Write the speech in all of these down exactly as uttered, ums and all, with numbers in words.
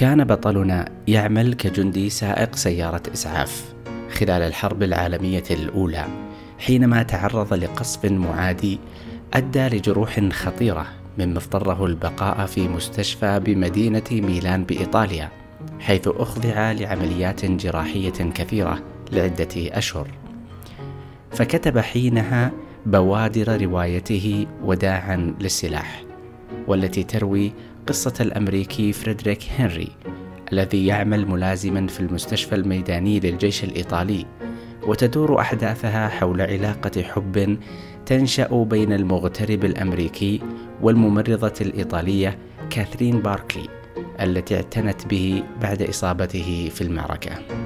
كان بطلنا يعمل كجندي سائق سيارة إسعاف خلال الحرب العالمية الأولى، حينما تعرض لقصف معادي أدى لجروح خطيرة، مما اضطره البقاء في مستشفى بمدينة ميلان بإيطاليا، حيث أخضع لعمليات جراحية كثيرة لعدة أشهر. فكتب حينها بوادر روايته وداعا للسلاح، والتي تروي قصة الأمريكي فريدريك هنري الذي يعمل ملازما في المستشفى الميداني للجيش الإيطالي، وتدور أحداثها حول علاقة حب تنشأ بين المغترب الأمريكي والممرضة الإيطالية كاثرين باركلي التي اعتنت به بعد إصابته في المعركة.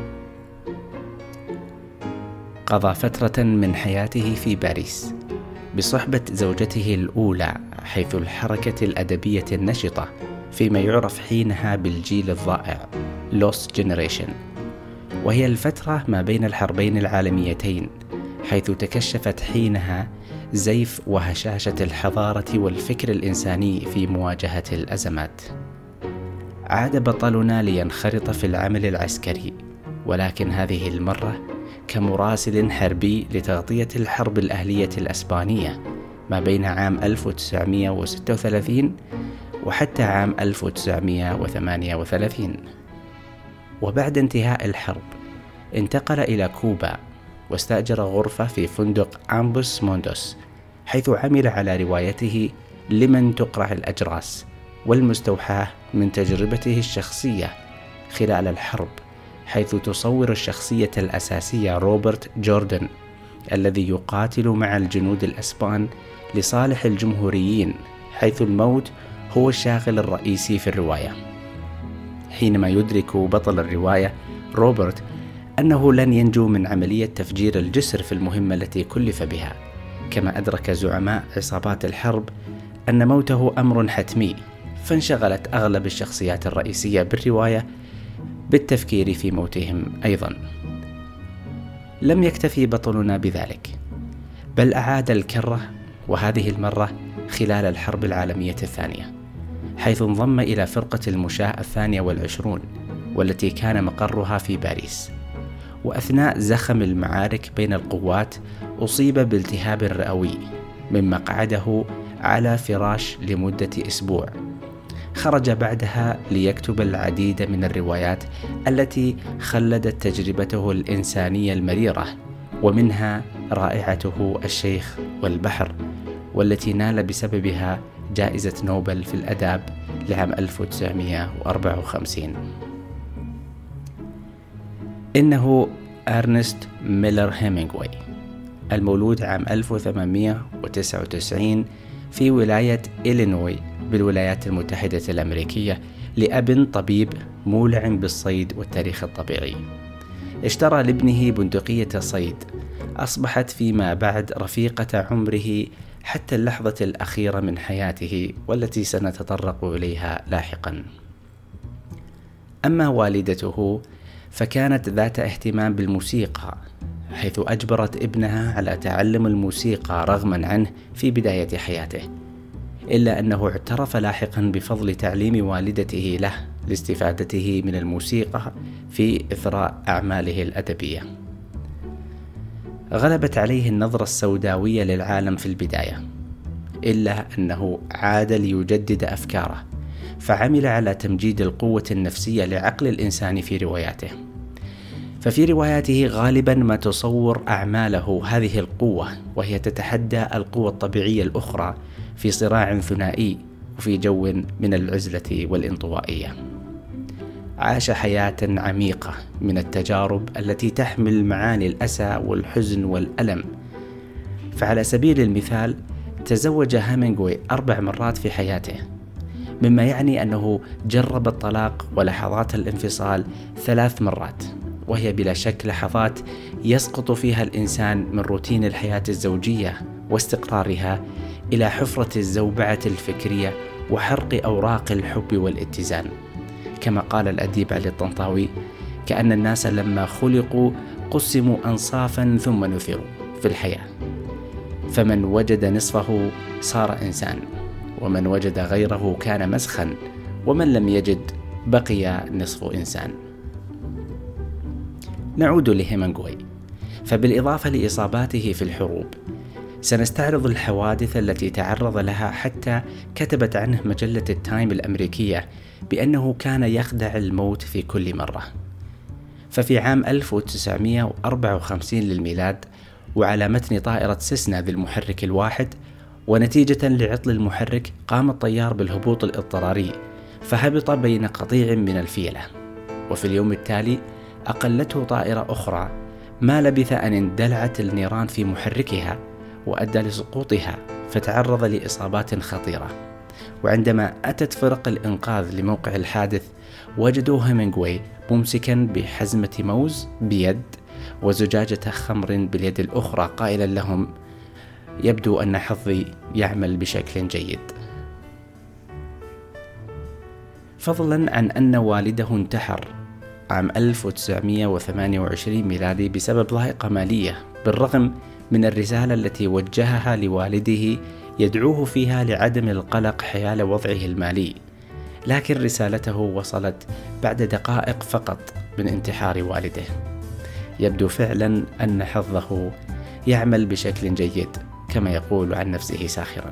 قضى فترة من حياته في باريس بصحبة زوجته الأولى، حيث الحركة الأدبية النشطة فيما يعرف حينها بالجيل الضائع Lost Generation، وهي الفترة ما بين الحربين العالميتين، حيث تكشفت حينها زيف وهشاشة الحضارة والفكر الإنساني في مواجهة الأزمات. عاد بطلنا لينخرط في العمل العسكري، ولكن هذه المرة كمراسل حربي لتغطية الحرب الأهلية الأسبانية ما بين عام ألف وتسعمائة وستة وثلاثين وحتى عام ألف وتسعمائة وثمانية وثلاثين. وبعد انتهاء الحرب انتقل إلى كوبا واستأجر غرفة في فندق أمبوس موندوس، حيث عمل على روايته لمن تقرع الأجراس، والمستوحاة من تجربته الشخصية خلال الحرب، حيث تصور الشخصية الأساسية روبرت جوردن الذي يقاتل مع الجنود الأسبان لصالح الجمهوريين، حيث الموت هو الشاغل الرئيسي في الرواية. حينما يدرك بطل الرواية روبرت أنه لن ينجو من عملية تفجير الجسر في المهمة التي كلف بها، كما أدرك زعماء عصابات الحرب أن موته أمر حتمي، فانشغلت أغلب الشخصيات الرئيسية بالرواية بالتفكير في موتهم أيضا. لم يكتفي بطلنا بذلك، بل أعاد الكرة، وهذه المرة خلال الحرب العالمية الثانية، حيث انضم إلى فرقة المشاة الثانية والعشرون، والتي كان مقرها في باريس. وأثناء زخم المعارك بين القوات أصيب بالتهاب رئوي، مما قعده على فراش لمدة أسبوع. خرج بعدها ليكتب العديد من الروايات التي خلدت تجربته الإنسانية المريرة، ومنها رائعته الشيخ والبحر، والتي نال بسببها جائزة نوبل في الأداب لعام ألف وتسعمائة وأربعة وخمسين. إنه أرنست ميلر هيمنغواي، المولود عام ألف وثمانمائة وتسعة وتسعين في ولاية إلينوي بالولايات المتحدة الأمريكية، لأب طبيب مولع بالصيد والتاريخ الطبيعي. اشترى لابنه بندقية صيد أصبحت فيما بعد رفيقة عمره حتى اللحظة الأخيرة من حياته، والتي سنتطرق إليها لاحقا. أما والدته فكانت ذات اهتمام بالموسيقى، حيث أجبرت ابنها على تعلم الموسيقى رغما عنه في بداية حياته، إلا أنه اعترف لاحقا بفضل تعليم والدته له لاستفادته من الموسيقى في إثراء أعماله الأدبية. غلبت عليه النظرة السوداوية للعالم في البداية، إلا أنه عاد ليجدد أفكاره، فعمل على تمجيد القوة النفسية لعقل الإنسان في رواياته. ففي رواياته غالبا ما تصور أعماله هذه القوة وهي تتحدى القوة الطبيعية الأخرى في صراع ثنائي وفي جو من العزلة والانطوائية. عاش حياة عميقة من التجارب التي تحمل معاني الأسى والحزن والألم. فعلى سبيل المثال تزوج هيمنغواي أربع مرات في حياته، مما يعني أنه جرب الطلاق ولحظات الانفصال ثلاث مرات، وهي بلا شك لحظات يسقط فيها الإنسان من روتين الحياة الزوجية واستقرارها إلى حفرة الزوبعة الفكرية وحرق أوراق الحب والاتزان. كما قال الأديب علي الطنطاوي: كأن الناس لما خلقوا قسموا أنصافا ثم نثروا في الحياة، فمن وجد نصفه صار إنسان، ومن وجد غيره كان مسخا، ومن لم يجد بقي نصف إنسان. نعود لهيمنغواي، فبالإضافة لإصاباته في الحروب سنستعرض الحوادث التي تعرض لها، حتى كتبت عنه مجلة التايم الأمريكية بأنه كان يخدع الموت في كل مرة. ففي عام ألف وتسعمائة وأربعة وخمسين للميلاد، وعلى متن طائرة سيسنا ذي المحرك الواحد، ونتيجة لعطل المحرك قام الطيار بالهبوط الاضطراري، فهبط بين قطيع من الفيلة. وفي اليوم التالي أقلته طائرة أخرى، ما لبث أن اندلعت النيران في محركها وأدى لسقوطها، فتعرض لإصابات خطيرة. وعندما أتت فرق الإنقاذ لموقع الحادث وجدوا هيمنغواي ممسكا بحزمة موز بيد وزجاجة خمر باليد الأخرى، قائلا لهم: يبدو أن حظي يعمل بشكل جيد. فضلا عن أن والده انتحر عام ألف وتسعمائة وثمانية وعشرين ميلادي بسبب ضائقة مالية، بالرغم من الرسالة التي وجهها لوالده يدعوه فيها لعدم القلق حيال وضعه المالي، لكن رسالته وصلت بعد دقائق فقط من انتحار والده. يبدو فعلا أن حظه يعمل بشكل جيد، كما يقول عن نفسه ساخرا.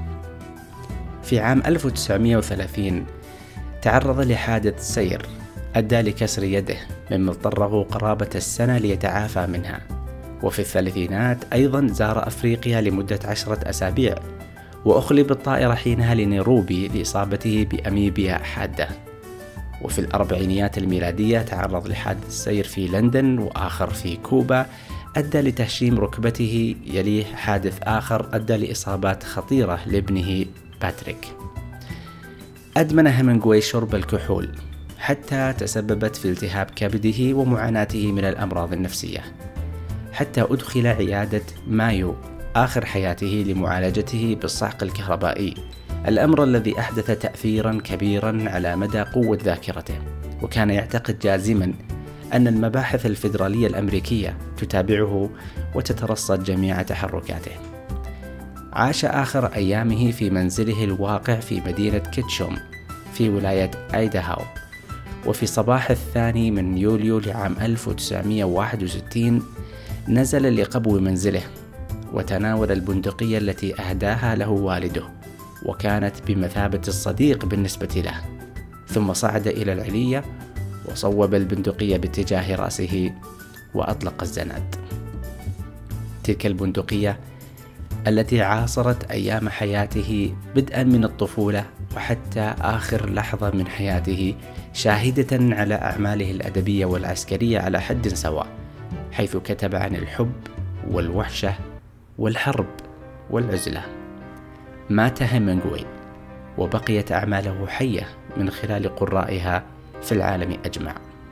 في عام ألف وتسعمائة وثلاثين تعرض لحادث سير أدى لكسر يده، مما اضطره قرابة السنة ليتعافى منها. وفي الثلاثينات أيضا زار أفريقيا لمدة عشرة أسابيع، وأخلي بالطائرة حينها لنيروبي لإصابته بأميبيا حادة. وفي الأربعينيات الميلادية تعرض لحادث سير في لندن، وآخر في كوبا أدى لتهشيم ركبته، يليه حادث آخر أدى لإصابات خطيرة لابنه باتريك. أدمن هيمنغواي شرب الكحول حتى تسببت في التهاب كبده ومعاناته من الأمراض النفسية، حتى أدخل عيادة مايو آخر حياته لمعالجته بالصعق الكهربائي، الأمر الذي أحدث تأثيرا كبيرا على مدى قوة ذاكرته. وكان يعتقد جازما أن المباحث الفيدرالية الأمريكية تتابعه وتترصد جميع تحركاته. عاش آخر أيامه في منزله الواقع في مدينة كيتشوم في ولاية أيداهو. وفي صباح الثاني من يوليو لعام ألف وتسعمائة وواحد وستين نزل لقبو منزله وتناول البندقية التي أهداها له والده، وكانت بمثابة الصديق بالنسبة له، ثم صعد إلى العلية وصوب البندقية باتجاه رأسه وأطلق الزناد. تلك البندقية التي عاصرت أيام حياته بدءا من الطفولة وحتى آخر لحظة من حياته، شاهدة على أعماله الأدبية والعسكرية على حد سواء، حيث كتب عن الحب والوحشة والحرب والعزلة. مات هيمنغواي وبقيت أعماله حية من خلال قرائها في العالم أجمع.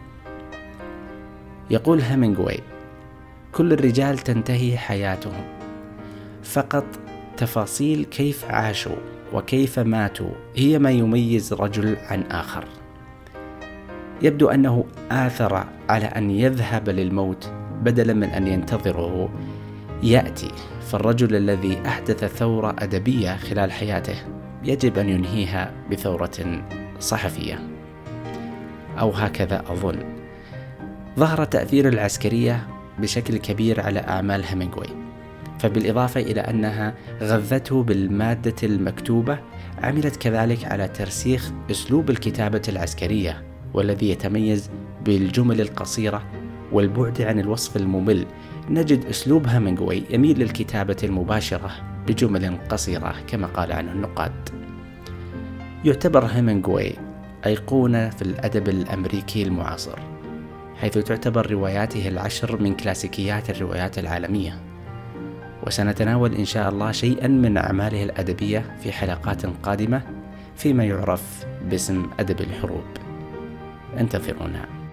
يقول هيمنغواي: كل الرجال تنتهي حياتهم، فقط تفاصيل كيف عاشوا وكيف ماتوا هي ما يميز رجل عن آخر. يبدو أنه آثر على أن يذهب للموت بدلا من أن ينتظره يأتي، فالرجل الذي أحدث ثورة أدبية خلال حياته يجب أن ينهيها بثورة صحفية، أو هكذا أظن. ظهر تأثير العسكرية بشكل كبير على أعمال هيمنغواي، فبالإضافة إلى أنها غذته بالمادة المكتوبة، عملت كذلك على ترسيخ أسلوب الكتابة العسكرية، والذي يتميز بالجمل القصيرة والبعد عن الوصف الممل. نجد أسلوب هيمنغواي يميل للكتابة المباشرة بجمل قصيرة كما قال عنه النقاد. يعتبر هيمنغواي أيقونة في الأدب الأمريكي المعاصر، حيث تعتبر رواياته العشر من كلاسيكيات الروايات العالمية، وسنتناول إن شاء الله شيئا من أعماله الأدبية في حلقات قادمة فيما يعرف باسم أدب الحروب. انتظرونا.